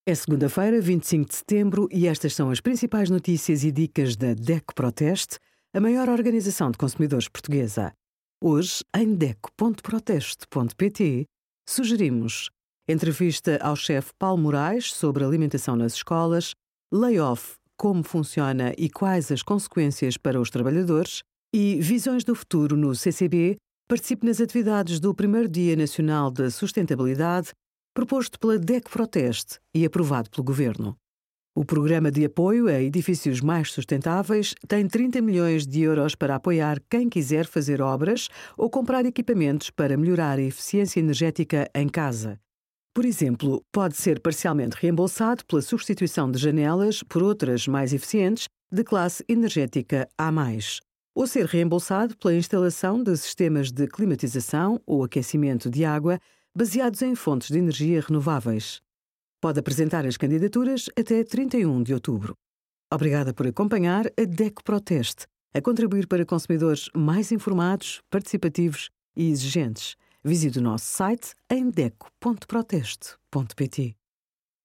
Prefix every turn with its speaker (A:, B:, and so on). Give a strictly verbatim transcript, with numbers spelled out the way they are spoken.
A: É segunda-feira, vinte e cinco de setembro, e estas são as principais notícias e dicas da D E C Proteste, a maior organização de consumidores portuguesa. Hoje, em D E C ponto proteste ponto pt, sugerimos entrevista ao chefe Paulo Moraes sobre alimentação nas escolas, layoff, como funciona e quais as consequências para os trabalhadores, e visões do futuro no C C B. Participe nas atividades do primeiro Dia Nacional da Sustentabilidade, proposto pela D E C Proteste e aprovado pelo Governo. O Programa de Apoio a Edifícios Mais Sustentáveis tem trinta milhões de euros para apoiar quem quiser fazer obras ou comprar equipamentos para melhorar a eficiência energética em casa. Por exemplo, pode ser parcialmente reembolsado pela substituição de janelas por outras mais eficientes de classe energética A mais, ou ser reembolsado pela instalação de sistemas de climatização ou aquecimento de água baseados em fontes de energia renováveis. Pode apresentar as candidaturas até trinta e um de outubro. Obrigada por acompanhar a D E C Proteste, a contribuir para consumidores mais informados, participativos e exigentes. Visite o nosso site em D E C ponto proteste ponto pt.